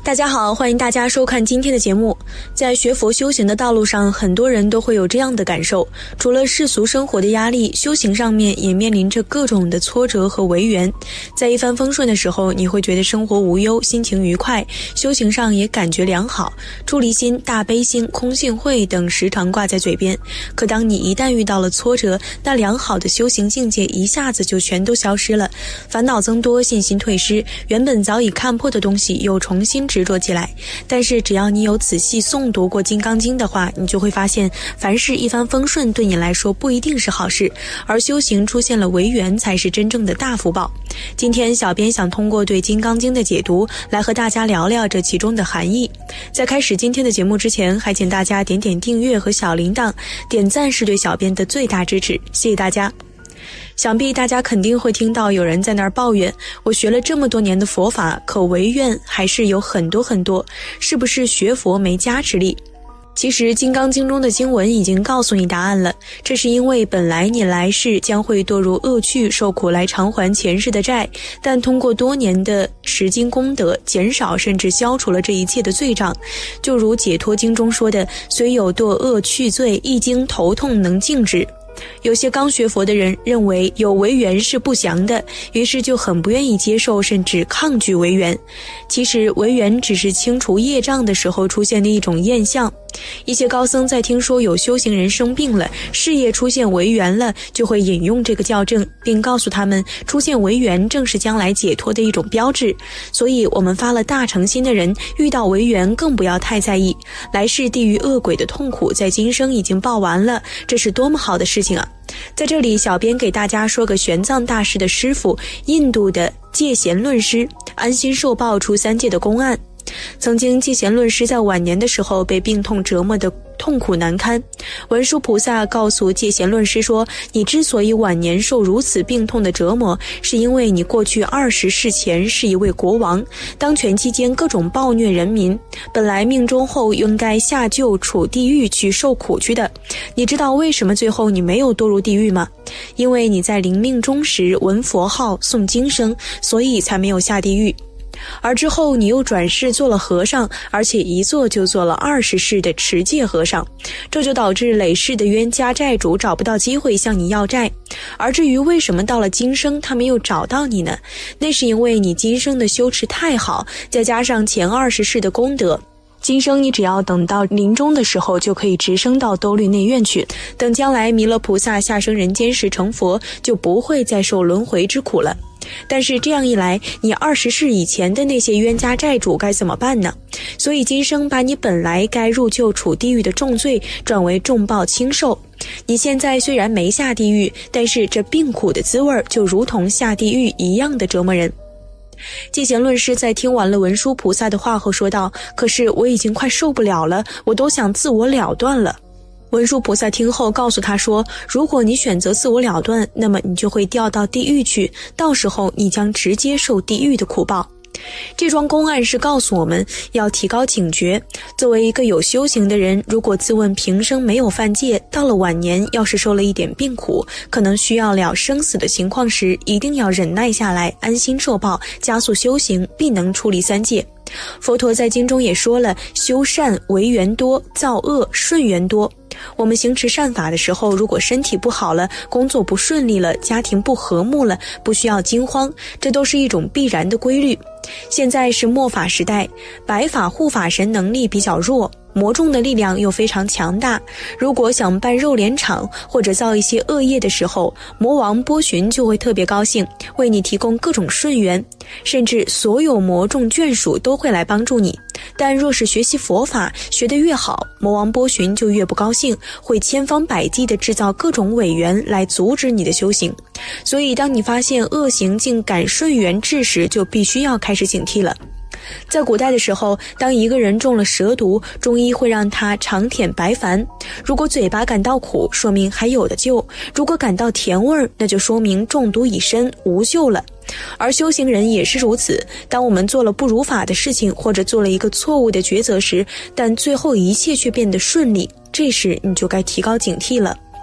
大家好，欢迎大家收看今天的节目。在学佛修行的道路上，很多人都会有这样的感受，除了世俗生活的压力，修行上面也面临着各种的挫折和违缘。在一帆风顺的时候，你会觉得生活无忧，心情愉快，修行上也感觉良好，出离心、大悲心、空性慧等时常挂在嘴边。可当你一旦遇到了挫折，那良好的修行境界一下子就全都消失了，烦恼增多，信心退失，原本早已看破的东西又重新执着起来。但是只要你有仔细诵读过《金刚经》的话，你就会发现，凡事一帆风顺对你来说不一定是好事，而修行出现了违缘才是真正的大福报。今天小编想通过对《金刚经》的解读来和大家聊聊这其中的含义。在开始今天的节目之前，还请大家点点订阅和小铃铛，点赞是对小编的最大支持，谢谢大家。想必大家肯定会听到有人在那儿抱怨，我学了这么多年的佛法，可违愿还是有很多，是不是学佛没加持力？其实《金刚经》中的经文已经告诉你答案了，这是因为本来你来世将会堕入恶趣，受苦来偿还前世的债，但通过多年的持经功德，减少甚至消除了这一切的罪障。就如《解脱经》中说的，虽有堕恶去罪，一经头痛能净止。有些刚学佛的人认为有违缘是不祥的，于是就很不愿意接受，甚至抗拒违缘。其实违缘只是清除业障的时候出现的一种现象。一些高僧在听说有修行人生病了，事业出现违缘了，就会引用这个教证，并告诉他们出现违缘正是将来解脱的一种标志。所以我们发了大诚心的人，遇到违缘更不要太在意，来世地狱恶鬼的痛苦在今生已经报完了，这是多么好的事情啊！在这里小编给大家说个玄奘大师的师父，印度的戒贤论师安心受报出三界的公案。曾经戒贤论师在晚年的时候被病痛折磨得痛苦难堪，文殊菩萨告诉戒贤论师说，你之所以晚年受如此病痛的折磨，是因为你过去20世前是一位国王，当权期间各种暴虐人民，本来命终后应该下厩处地狱去受苦去的。你知道为什么最后你没有堕入地狱吗？因为你在临命终时闻佛号诵经声，所以才没有下地狱。而之后你又转世做了和尚，而且一做就做了20世的持戒和尚，这就导致累世的冤家债主找不到机会向你要债。而至于为什么到了今生他们又找到你呢？那是因为你今生的修持太好，再加上前20世的功德，今生你只要等到临终的时候，就可以直升到兜率内院去，等将来弥勒菩萨下生人间时成佛，就不会再受轮回之苦了。但是这样一来，你20世以前的那些冤家债主该怎么办呢？所以今生把你本来该入厩处地狱的重罪转为重报轻受。你现在虽然没下地狱，但是这病苦的滋味就如同下地狱一样的折磨人。戒贤论师在听完了文殊菩萨的话后说道，可是我已经快受不了了，我都想自我了断了。文殊菩萨听后告诉他说，如果你选择自我了断，那么你就会掉到地狱去，到时候你将直接受地狱的苦报。这桩公案是告诉我们要提高警觉，作为一个有修行的人，如果自问平生没有犯戒，到了晚年要是受了一点病苦，可能需要了生死的情况时，一定要忍耐下来，安心受报，加速修行，必能出离三界。佛陀在经中也说了，修善违缘多，造恶顺缘多。我们行持善法的时候，如果身体不好了，工作不顺利了，家庭不和睦了，不需要惊慌，这都是一种必然的规律。现在是末法时代，白法护法神能力比较弱，魔众的力量又非常强大，如果想办肉联厂或者造一些恶业的时候，魔王波旬就会特别高兴，为你提供各种顺缘，甚至所有魔众眷属都会来帮助你。但若是学习佛法学得越好，魔王波旬就越不高兴，会千方百计地制造各种伪缘来阻止你的修行。所以当你发现恶行竟敢顺缘至时，就必须要开始警惕了。在古代的时候，当一个人中了蛇毒，中医会让他常舔白矾，如果嘴巴感到苦，说明还有的救；如果感到甜味，那就说明中毒已深，无救了。而修行人也是如此，当我们做了不如法的事情，或者做了一个错误的抉择时，但最后一切却变得顺利，这时你就该提高警惕了。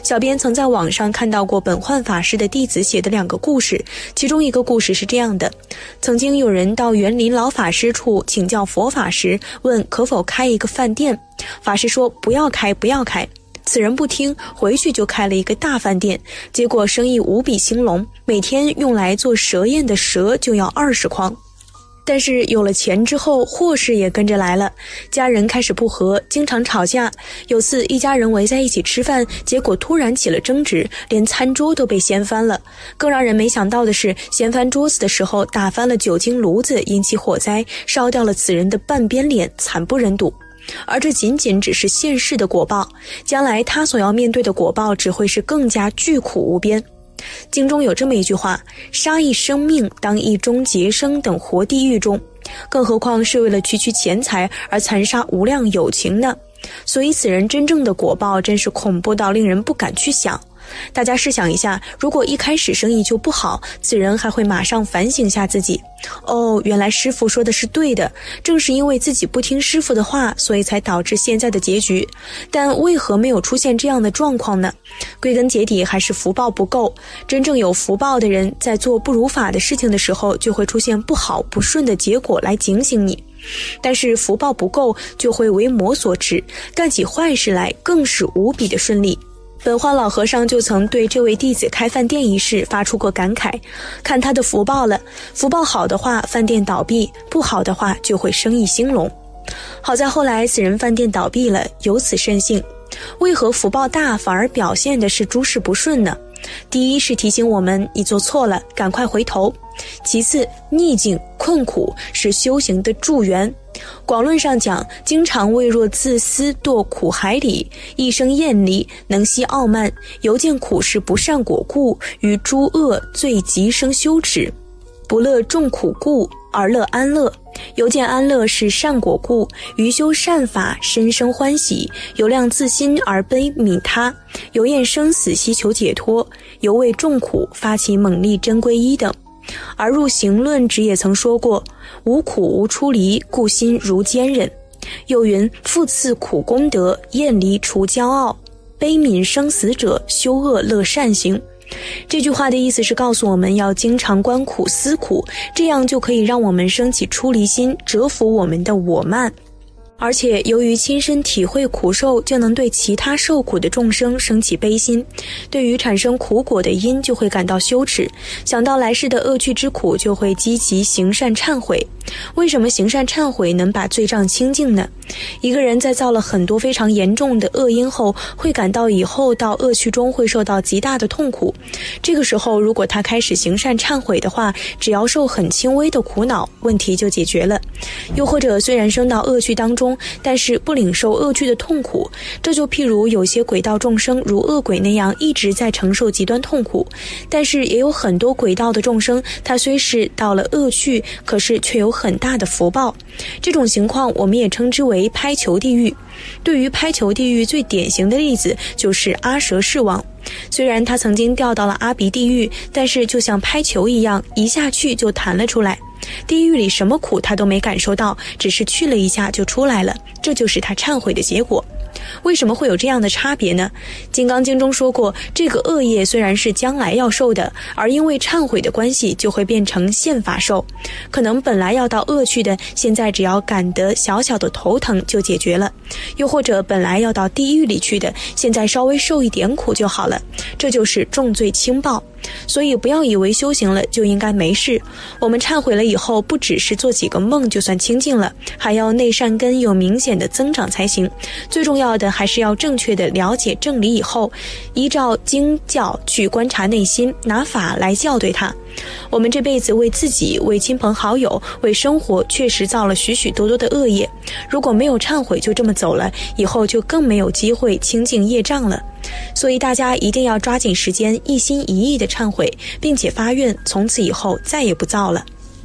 小编曾在网上看到过本焕法师的弟子写的2个故事，其中一个故事是这样的：曾经有人到园林老法师处请教佛法时，问可否开一个饭店，法师说不要开，不要开。此人不听，回去就开了一个大饭店，结果生意无比兴隆，每天用来做蛇宴的蛇就要20筐。但是有了钱之后，祸事也跟着来了，家人开始不和，经常吵架。有次一家人围在一起吃饭，结果突然起了争执，连餐桌都被掀翻了。更让人没想到的是，掀翻桌子的时候打翻了酒精炉子，引起火灾，烧掉了此人的半边脸，惨不忍睹。而这仅仅只是现世的果报，将来他所要面对的果报只会是更加巨苦无边。经中有这么一句话：杀一生命，当一终结生等活地狱中，更何况是为了区钱财而残杀无量有情呢？所以此人真正的果报真是恐怖到令人不敢去想。大家试想一下，如果一开始生意就不好，此人还会马上反省下自己，原来师父说的是对的，正是因为自己不听师父的话，所以才导致现在的结局。但为何没有出现这样的状况呢？归根结底还是福报不够。真正有福报的人，在做不如法的事情的时候，就会出现不好不顺的结果来警醒你。但是福报不够，就会为魔所持，干起坏事来更是无比的顺利。本焕老和尚就曾对这位弟子开饭店一事发出过感慨，看他的福报了，福报好的话饭店倒闭，不好的话就会生意兴隆。好在后来此人饭店倒闭了，由此甚幸。为何福报大反而表现的是诸事不顺呢？第一是提醒我们你做错了，赶快回头。其次，逆境困苦是修行的助缘。广论上讲，经常为若自私堕苦海里，一生厌离，能息傲慢，犹见苦事不善果故，于诸恶最极生羞耻，不乐众苦故而乐安乐，犹见安乐是善果故，于修善法深生欢喜，犹量自心而悲悯他，犹厌生死希求解脱，犹为众苦发起猛力真皈依等。而入行论直也曾说过，无苦无出离，故心如坚忍。又云，复次苦功德，厌离除骄傲，悲悯生死者，修恶乐善行。这句话的意思是告诉我们要经常观苦思苦，这样就可以让我们升起出离心，折服我们的我慢。而且由于亲身体会苦受，就能对其他受苦的众生升起悲心，对于产生苦果的因就会感到羞耻，想到来世的恶趣之苦，就会积极行善忏悔。为什么行善忏悔能把罪障清净呢？一个人在造了很多非常严重的恶因后，会感到以后到恶趣中会受到极大的痛苦。这个时候如果他开始行善忏悔的话，只要受很轻微的苦恼，问题就解决了。又或者虽然升到恶趣当中，但是不领受恶趣的痛苦，这就譬如有些鬼道众生如恶鬼那样一直在承受极端痛苦，但是也有很多鬼道的众生，他虽是到了恶趣，可是却有很大的福报。这种情况我们也称之为拍球地狱。对于拍球地狱最典型的例子就是阿蛇世王，虽然他曾经掉到了阿鼻地狱，但是就像拍球一样，一下去就弹了出来。地狱里什么苦他都没感受到，只是去了一下就出来了，这就是他忏悔的结果。为什么会有这样的差别呢？金刚经中说过，这个恶业虽然是将来要受的，而因为忏悔的关系，就会变成现法受。可能本来要到恶趣的，现在只要感得小小的头疼就解决了；又或者本来要到地狱里去的，现在稍微受一点苦就好了。这就是重罪轻报。所以不要以为修行了就应该没事，我们忏悔了以后，不只是做几个梦就算清净了，还要内善根有明显的增长才行。最重要的还是要正确的了解正理以后，依照经教去观察内心，拿法来校对它。我们这辈子为自己、为亲朋好友、为生活确实造了许许多多的恶业，如果没有忏悔就这么走了，以后就更没有机会清净业障了。所以大家一定要抓紧时间，一心一意的忏悔，并且发愿从此以后再也不造了。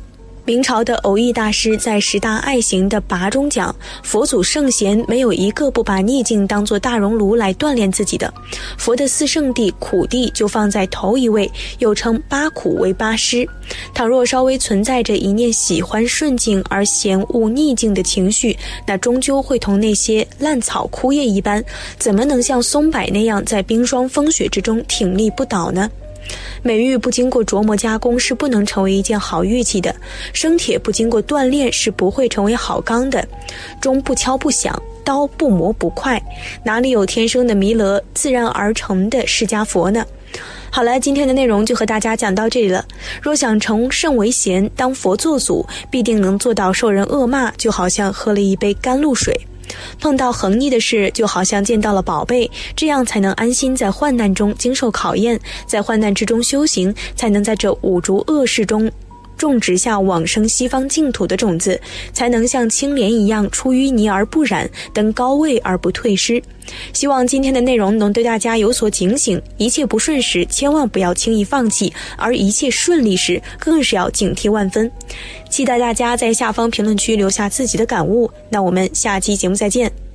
明朝的偶益大师在10大爱行的跋中讲，佛祖圣贤没有一个不把逆境当作大熔炉来锻炼自己的。佛的四圣谛苦谛就放在头一位，又称八苦为八师。倘若稍微存在着一念喜欢顺境而嫌恶逆境的情绪，那终究会同那些烂草枯叶一般，怎么能像松柏那样在冰霜风雪之中挺立不倒呢？美玉不经过琢磨加工是不能成为一件好玉器的，生铁不经过锻炼是不会成为好钢的，钟不敲不响，刀不磨不快，哪里有天生的弥勒，自然而成的释迦佛呢？好了，今天的内容就和大家讲到这里了。若想成圣为贤，当佛做祖，必定能做到受人恶骂，就好像喝了一杯甘露水。碰到横逆的事，就好像见到了宝贝，这样才能安心在患难中经受考验，在患难之中修行，才能在这五浊恶世中种植下往生西方净土的种子，才能像青莲一样出淤泥而不染，登高位而不退失。希望今天的内容能对大家有所警醒，一切不顺时千万不要轻易放弃，而一切顺利时更是要警惕万分。期待大家在下方评论区留下自己的感悟，那我们下期节目再见。